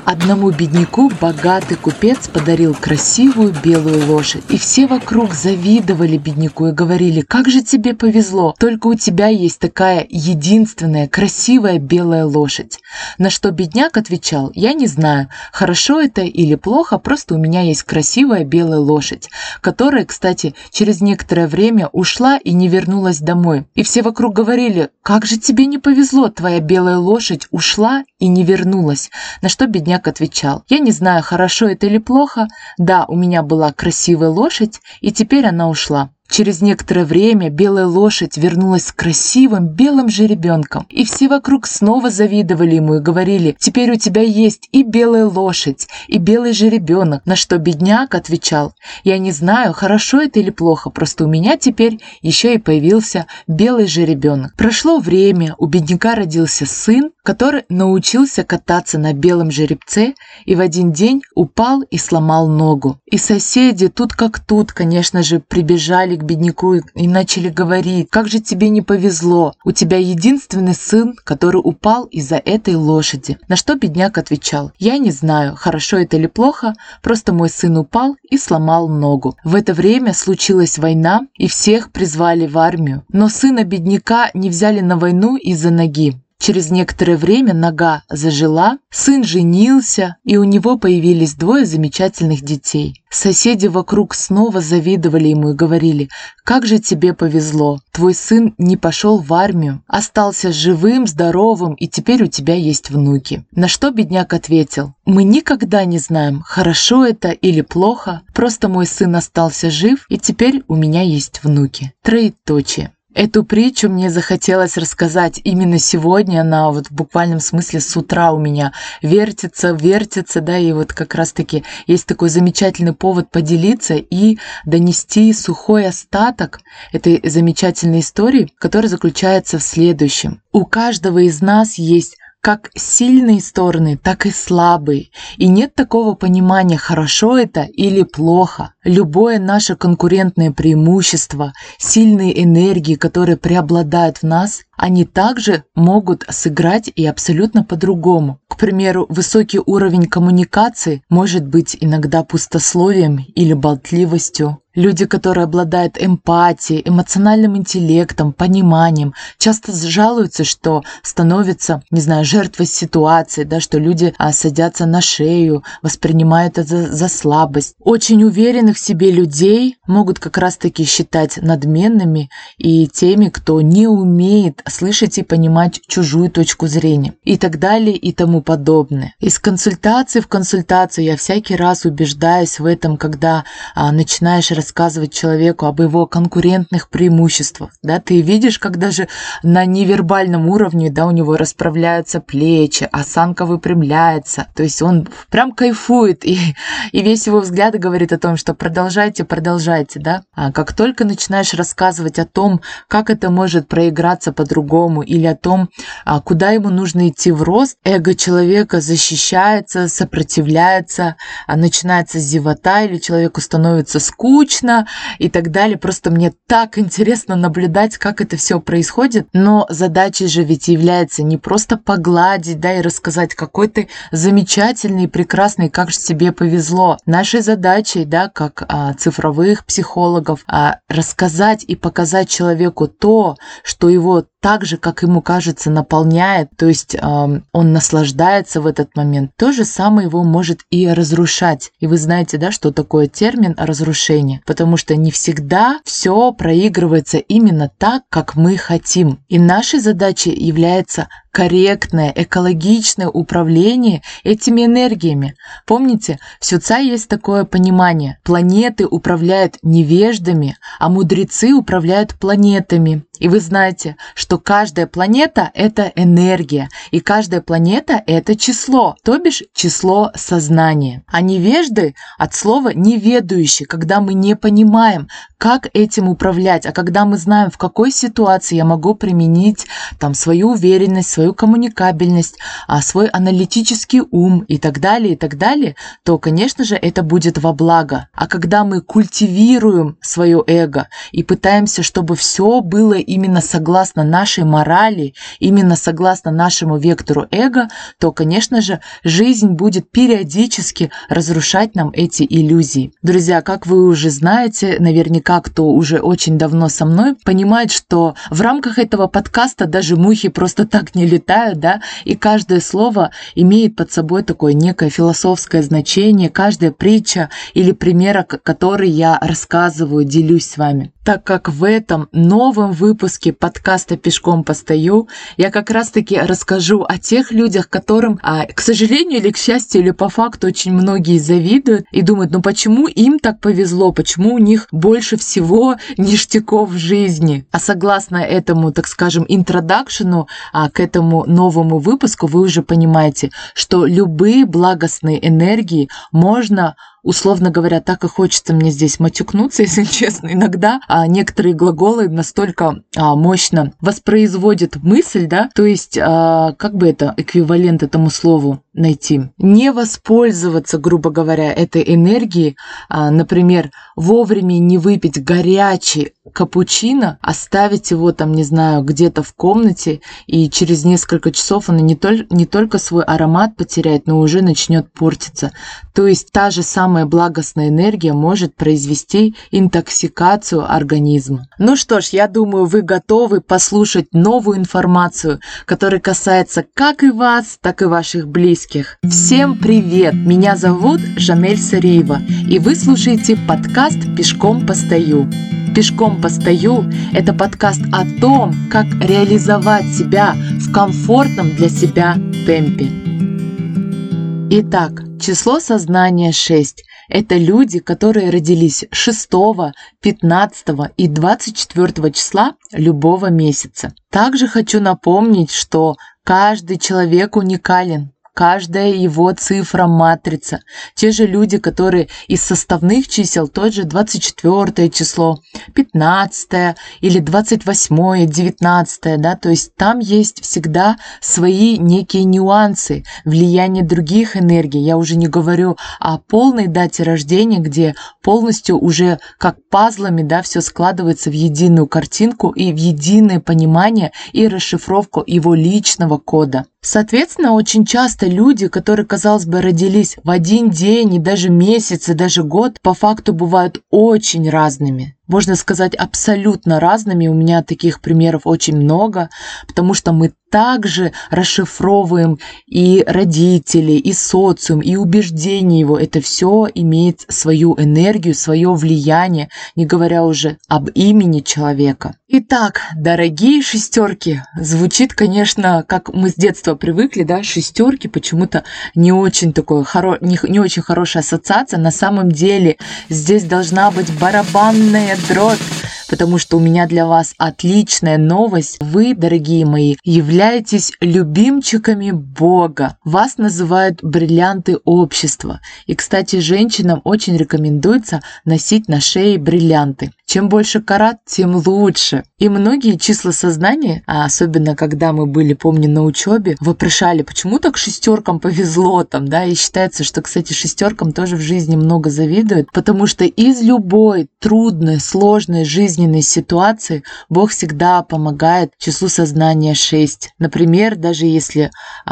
Одному бедняку богатый купец подарил красивую белую лошадь, и все вокруг завидовали бедняку и говорили: «Как же тебе повезло, только у тебя есть такая единственная красивая белая лошадь». На что бедняк отвечал: «Я не знаю, хорошо это или плохо, просто у меня есть красивая белая лошадь», которая, кстати, через некоторое время ушла и не вернулась домой. И все вокруг говорили: «Как же тебе не повезло, твоя белая лошадь ушла и не вернулась». На что бедняк отвечал: «Я не знаю, хорошо это или плохо. Да, у меня была красивая лошадь, и теперь она ушла». Через некоторое время белая лошадь вернулась с красивым белым жеребенком, и все вокруг снова завидовали ему и говорили: «Теперь у тебя есть и белая лошадь, и белый жеребенок». На что бедняк отвечал: «Я не знаю, хорошо это или плохо, просто у меня теперь еще и появился белый жеребенок». Прошло время, у бедняка родился сын, который научился кататься на белом жеребце и в один день упал и сломал ногу. И соседи тут как тут, конечно же, прибежали к бедняку и начали говорить: «Как же тебе не повезло, у тебя единственный сын, который упал из-за этой лошади». На что бедняк отвечал: «Я не знаю, хорошо это или плохо, просто мой сын упал и сломал ногу». В это время случилась война, и всех призвали в армию, но сына бедняка не взяли на войну из-за ноги. Через некоторое время нога зажила, сын женился, и у него появились 2 замечательных детей. Соседи вокруг снова завидовали ему и говорили: «Как же тебе повезло, твой сын не пошел в армию, остался живым, здоровым, и теперь у тебя есть внуки». На что бедняк ответил: «Мы никогда не знаем, хорошо это или плохо, просто мой сын остался жив, и теперь у меня есть внуки». Троеточие. Эту притчу мне захотелось рассказать именно сегодня, она вот в буквальном смысле с утра у меня вертится, да, и вот как раз-таки есть такой замечательный повод поделиться и донести сухой остаток этой замечательной истории, которая заключается в следующем. У каждого из нас есть как сильные стороны, так и слабые. И нет такого понимания, хорошо это или плохо. Любое наше конкурентное преимущество, сильные энергии, которые преобладают в нас, они также могут сыграть и абсолютно по-другому. К примеру, высокий уровень коммуникации может быть иногда пустословием или болтливостью. Люди, которые обладают эмпатией, эмоциональным интеллектом, пониманием, часто жалуются, что становятся, жертвой ситуации, да, что люди садятся на шею, воспринимают это за слабость. Очень уверенных в себе людей могут как раз-таки считать надменными и теми, кто не умеет слышать и понимать чужую точку зрения, и так далее и тому подобное. Из консультации в консультацию я всякий раз убеждаюсь в этом, когда начинаешь рассказывать человеку об его конкурентных преимуществах. Да, ты видишь, как даже на невербальном уровне, да, у него расправляются плечи, осанка выпрямляется. То есть он прям кайфует, и весь его взгляд говорит о том, что продолжайте, да. А как только начинаешь рассказывать о том, как это может проиграться по-другому, или о том, куда ему нужно идти в рост, эго человека защищается, сопротивляется, начинается зевота, или человеку становится скучно и так далее. Просто мне так интересно наблюдать, как это все происходит. Но задачей же ведь является не просто погладить, да, и рассказать, какой ты замечательный, прекрасный, как же тебе повезло. Нашей задачей, да, как цифровых психологов, рассказать и показать человеку то, что его так же, как ему кажется, наполняет, то есть он наслаждается в этот момент. То же самое его может и разрушать. И вы знаете, да, что такое термин разрушение, потому что не всегда все проигрывается именно так, как мы хотим. И нашей задачей является корректное, экологичное управление этими энергиями. Помните, в Сюцай есть такое понимание: планеты управляют невеждами, а мудрецы управляют планетами. И вы знаете, что каждая планета — это энергия, и каждая планета — это число, то бишь число сознания. А невежды от слова «неведающий», когда мы не понимаем, как этим управлять, а когда мы знаем, в какой ситуации я могу применить свою уверенность, свою коммуникабельность, свой аналитический ум и так далее, то, конечно же, это будет во благо. А когда мы культивируем свое эго и пытаемся, чтобы все было именно согласно нашей морали, именно согласно нашему вектору эго, то, конечно же, жизнь будет периодически разрушать нам эти иллюзии. Друзья, как вы уже знаете, наверняка кто уже очень давно со мной, понимает, что в рамках этого подкаста даже мухи просто так не летают, да, и каждое слово имеет под собой такое некое философское значение, каждая притча или пример, который я рассказываю, делюсь с вами. Так как в этом новом выпуске подкаста «Пешком постою» я как раз-таки расскажу о тех людях, которым, к сожалению или к счастью, или по факту очень многие завидуют и думают, ну почему им так повезло, почему у них больше всего ништяков в жизни. А согласно этому, так скажем, интродакшену к этому новому выпуску, вы уже понимаете, что любые благостные энергии можно, условно говоря, так и хочется мне здесь матюкнуться, если честно. Иногда некоторые глаголы настолько мощно воспроизводят мысль, да, то есть, как бы это эквивалент этому слову найти. Не воспользоваться, грубо говоря, этой энергией, например, вовремя не выпить горячий капучино, оставить его там, не знаю, где-то в комнате, и через несколько часов он не только свой аромат потеряет, но уже начнет портиться. То есть та же самая благостная энергия может произвести интоксикацию организма. Ну что ж, я думаю, вы готовы послушать новую информацию, которая касается как и вас, так и ваших близких. Всем привет! Меня зовут Жанель Сариева, и вы слушаете подкаст «Пешком постою». «Пешком постою» – это подкаст о том, как реализовать себя в комфортном для себя темпе. Итак, число сознания 6 – это люди, которые родились 6, 15 и 24 числа любого месяца. Также хочу напомнить, что каждый человек уникален. Каждая его цифра матрица. Те же люди, которые из составных чисел, тот же 24 число, 15 или 28, 19, да, то есть там есть всегда свои некие нюансы, влияние других энергий. Я уже не говорю о полной дате рождения, где полностью уже как пазлами, да, все складывается в единую картинку и в единое понимание и расшифровку его личного кода. Соответственно, очень часто люди, которые, казалось бы, родились в один день и даже месяц, и даже год, по факту бывают очень разными. Можно сказать, абсолютно разными. У меня таких примеров очень много, потому что мы также расшифровываем и родителей, и социум, и убеждения его. Это все имеет свою энергию, свое влияние, не говоря уже об имени человека. Итак, дорогие шестерки, звучит, конечно, как мы с детства привыкли, да, шестерки почему-то не очень не очень хорошая ассоциация. На самом деле здесь должна быть барабанная дробь, потому что у меня для вас отличная новость. Вы, дорогие мои, являетесь любимчиками Бога. Вас называют бриллианты общества. И, кстати, женщинам очень рекомендуется носить на шее бриллианты. Чем больше карат, тем лучше. И многие числа сознания, особенно когда мы были, помню, на учебе, вопрошали, почему так шестеркам повезло там, да, и считается, что, кстати, шестеркам тоже в жизни много завидуют, потому что из любой трудной, сложной жизненной ситуации Бог всегда помогает числу сознания 6. Например, даже если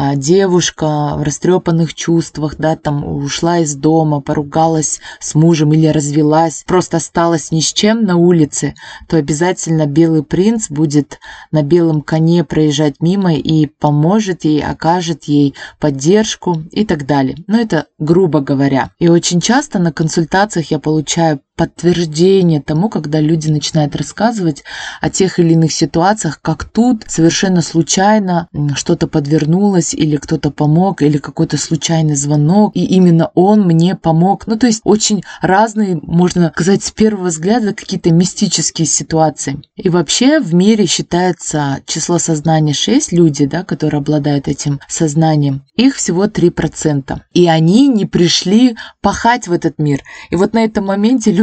девушка в растрепанных чувствах, да, там ушла из дома, поругалась с мужем или развелась, просто осталась ни с чем на улице, то обязательно белый принц будет на белом коне проезжать мимо и поможет ей, окажет ей поддержку и так далее. Но это грубо говоря. И очень часто на консультациях я получаю подтверждение тому, когда люди начинают рассказывать о тех или иных ситуациях, как тут совершенно случайно что-то подвернулось, или кто-то помог, или какой-то случайный звонок, и именно он мне помог. Ну, то есть очень разные, можно сказать, с первого взгляда какие-то мистические ситуации. И вообще в мире считается число сознания 6, люди, да, которые обладают этим сознанием, их всего 3%. И они не пришли пахать в этот мир. И вот на этом моменте люди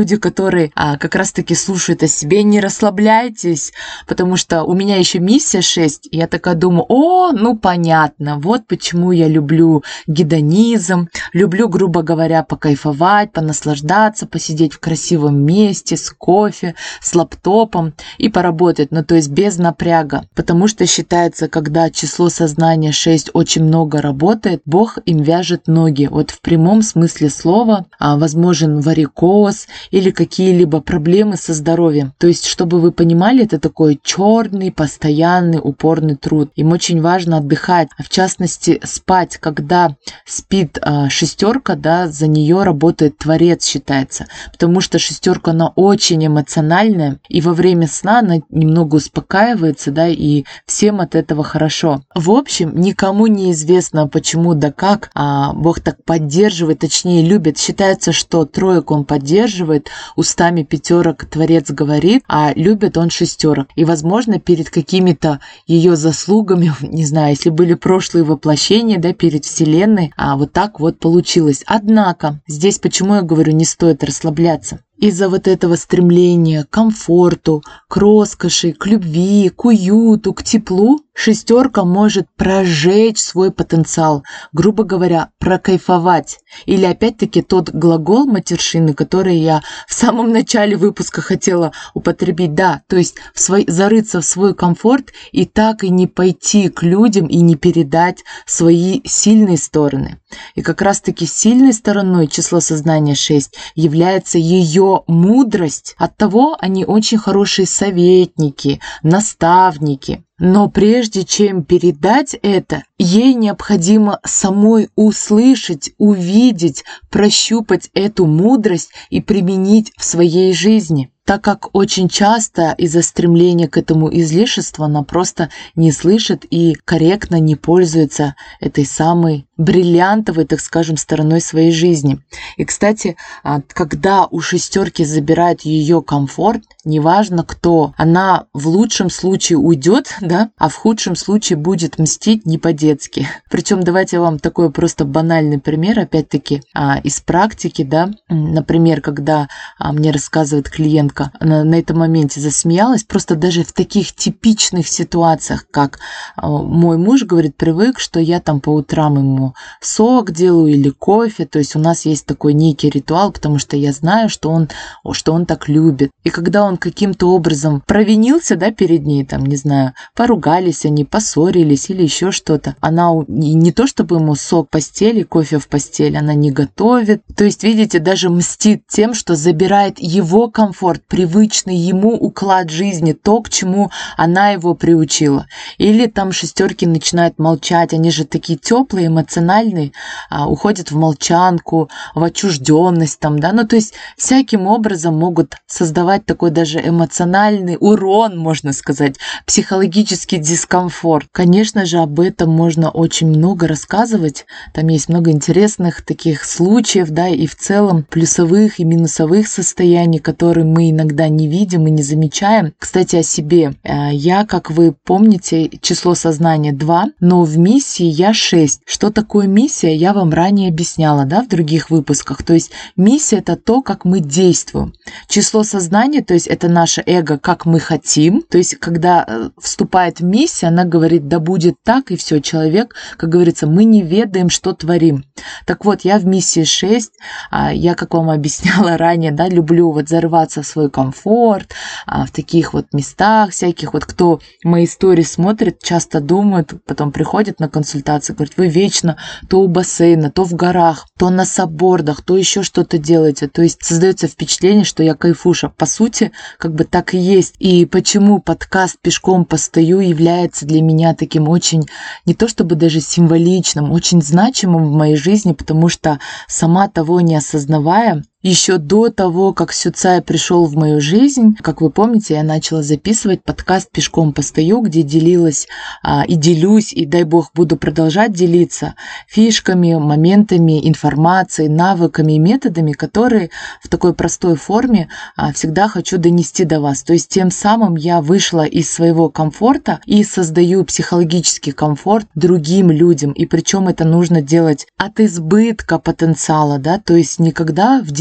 люди, которые как раз-таки слушают о себе, не расслабляйтесь, потому что у меня еще миссия 6, и я такая думаю, ну понятно, вот почему я люблю гедонизм, люблю, грубо говоря, покайфовать, понаслаждаться, посидеть в красивом месте с кофе, с лаптопом и поработать, то есть без напряга, потому что считается, когда число сознания 6 очень много работает, Бог им вяжет ноги, вот в прямом смысле слова, возможен варикоз или какие-либо проблемы со здоровьем. То есть, чтобы вы понимали, это такой черный, постоянный, упорный труд. Им очень важно отдыхать, в частности, спать. Когда спит 6, за нее работает Творец, считается. Потому что 6, она очень эмоциональная, и во время сна она немного успокаивается, и всем от этого хорошо. В общем, никому не известно, почему да как Бог так поддерживает, точнее любит. Считается, что 3 он поддерживает, устами 5 Творец говорит, а любит он 6. И, возможно, перед какими-то ее заслугами, не знаю, если были прошлые воплощения, перед Вселенной, вот так вот получилось. Однако, здесь почему я говорю, не стоит расслабляться? Из-за вот этого стремления к комфорту, к роскоши, к любви, к уюту, к теплу 6 может прожечь свой потенциал, грубо говоря, прокайфовать. Или опять-таки тот глагол матершины, который я в самом начале выпуска хотела употребить, то есть зарыться в свой комфорт и так и не пойти к людям и не передать свои сильные стороны. И как раз-таки сильной стороной числа сознания 6 является ее мудрость. Оттого они очень хорошие советники, наставники. Но прежде чем передать это, ей необходимо самой услышать, увидеть, прощупать эту мудрость и применить в своей жизни. Так как очень часто из-за стремления к этому излишеству она просто не слышит и корректно не пользуется этой самой бриллиантовой, так скажем, стороной своей жизни. И, кстати, когда у 6 забирают ее комфорт, неважно кто, она в лучшем случае уйдет, а в худшем случае будет мстить не по-детски. Причем давайте я вам такой просто банальный пример, опять-таки, из практики, Например, когда мне рассказывает клиентка, она на этом моменте засмеялась, просто даже в таких типичных ситуациях, как мой муж, говорит, привык, что я там по утрам ему сок делаю или кофе, то есть у нас есть такой некий ритуал, потому что я знаю, что он так любит. И когда он каким-то образом провинился, перед ней, не знаю, поругались они, поссорились или еще что-то, она не то чтобы ему сок в постели, кофе в постели, она не готовит, то есть, видите, даже мстит тем, что забирает его комфорт, привычный ему уклад жизни, то, к чему она его приучила. Или 6 начинают молчать, они же такие теплые, эмоциональные, уходят в молчанку, в отчужденность, то есть всяким образом могут создавать такой даже эмоциональный урон, можно сказать, психологический дискомфорт. Конечно же, об этом можно очень много рассказывать, там есть много интересных таких случаев, и в целом плюсовых и минусовых состояний, которые мы иногда не видим и не замечаем. Кстати, о себе. Я, как вы помните, число сознания 2, но в миссии я 6. Что такое миссия, я вам ранее объясняла, в других выпусках. То есть миссия – это то, как мы действуем. Число сознания, то есть это наше эго, как мы хотим. То есть когда вступает миссия, она говорит, да будет так, и все, человек, как говорится, мы не ведаем, что творим. Так вот, я в миссии 6, я, как вам объясняла ранее, люблю зарываться в свой комфорт, в таких местах всяких, кто мои истории смотрит, часто думают, потом приходят на консультации, говорят, вы вечно то у бассейна, то в горах, то на саббордах, то еще что-то делаете. То есть создается впечатление, что я кайфуша. По сути, так и есть. И почему подкаст «Пешком постою» является для меня таким очень, не то чтобы даже символичным, очень значимым в моей жизни, потому что сама того не осознавая, еще до того, как Сюцай пришел в мою жизнь, как вы помните, я начала записывать подкаст «Пешком постою», где делилась и делюсь, и дай бог буду продолжать делиться фишками, моментами, информацией, навыками и методами, которые в такой простой форме всегда хочу донести до вас. То есть тем самым я вышла из своего комфорта и создаю психологический комфорт другим людям. И причем это нужно делать от избытка потенциала, то есть никогда в дефиците,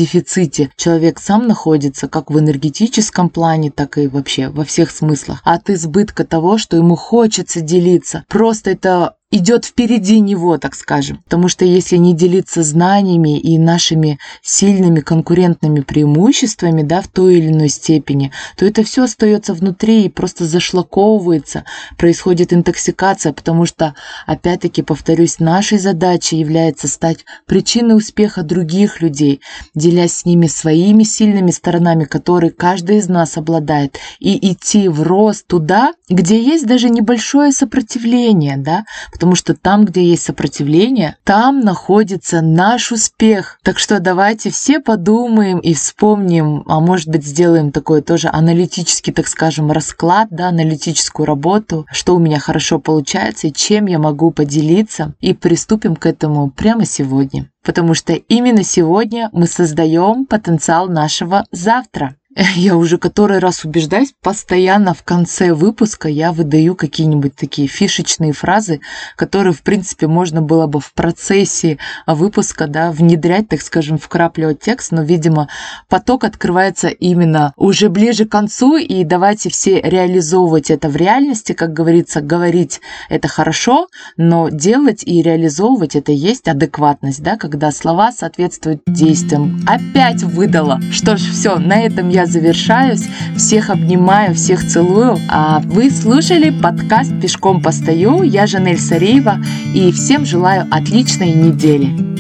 дефиците человек сам находится, как в энергетическом плане, так и вообще во всех смыслах, от избытка того, что ему хочется делиться. Просто это идет впереди него, так скажем. Потому что если не делиться знаниями и нашими сильными конкурентными преимуществами, да, в той или иной степени, то это все остается внутри и просто зашлаковывается, происходит интоксикация, потому что, опять-таки, повторюсь, нашей задачей является стать причиной успеха других людей, делясь с ними своими сильными сторонами, которые каждый из нас обладает, и идти в рост туда, где есть даже небольшое сопротивление, да, потому что там, где есть сопротивление, там находится наш успех. Так что давайте все подумаем и вспомним, а может быть сделаем такой тоже аналитический, так скажем, расклад, да, аналитическую работу, что у меня хорошо получается и чем я могу поделиться, и приступим к этому прямо сегодня. Потому что именно сегодня мы создаем потенциал нашего завтра. Я уже который раз убеждаюсь, постоянно в конце выпуска я выдаю какие-нибудь такие фишечные фразы, которые, в принципе, можно было бы в процессе выпуска, да, внедрять, так скажем, вкрапливать текст, но, видимо, поток открывается именно уже ближе к концу, и давайте все реализовывать это в реальности, как говорится, говорить это хорошо, но делать и реализовывать это есть адекватность, да, когда слова соответствуют действиям. Опять выдала. Что ж, все, на этом я завершаюсь. Всех обнимаю, всех целую. А вы слушали подкаст «Пешком постою». Я Жанель Сариева. И всем желаю отличной недели.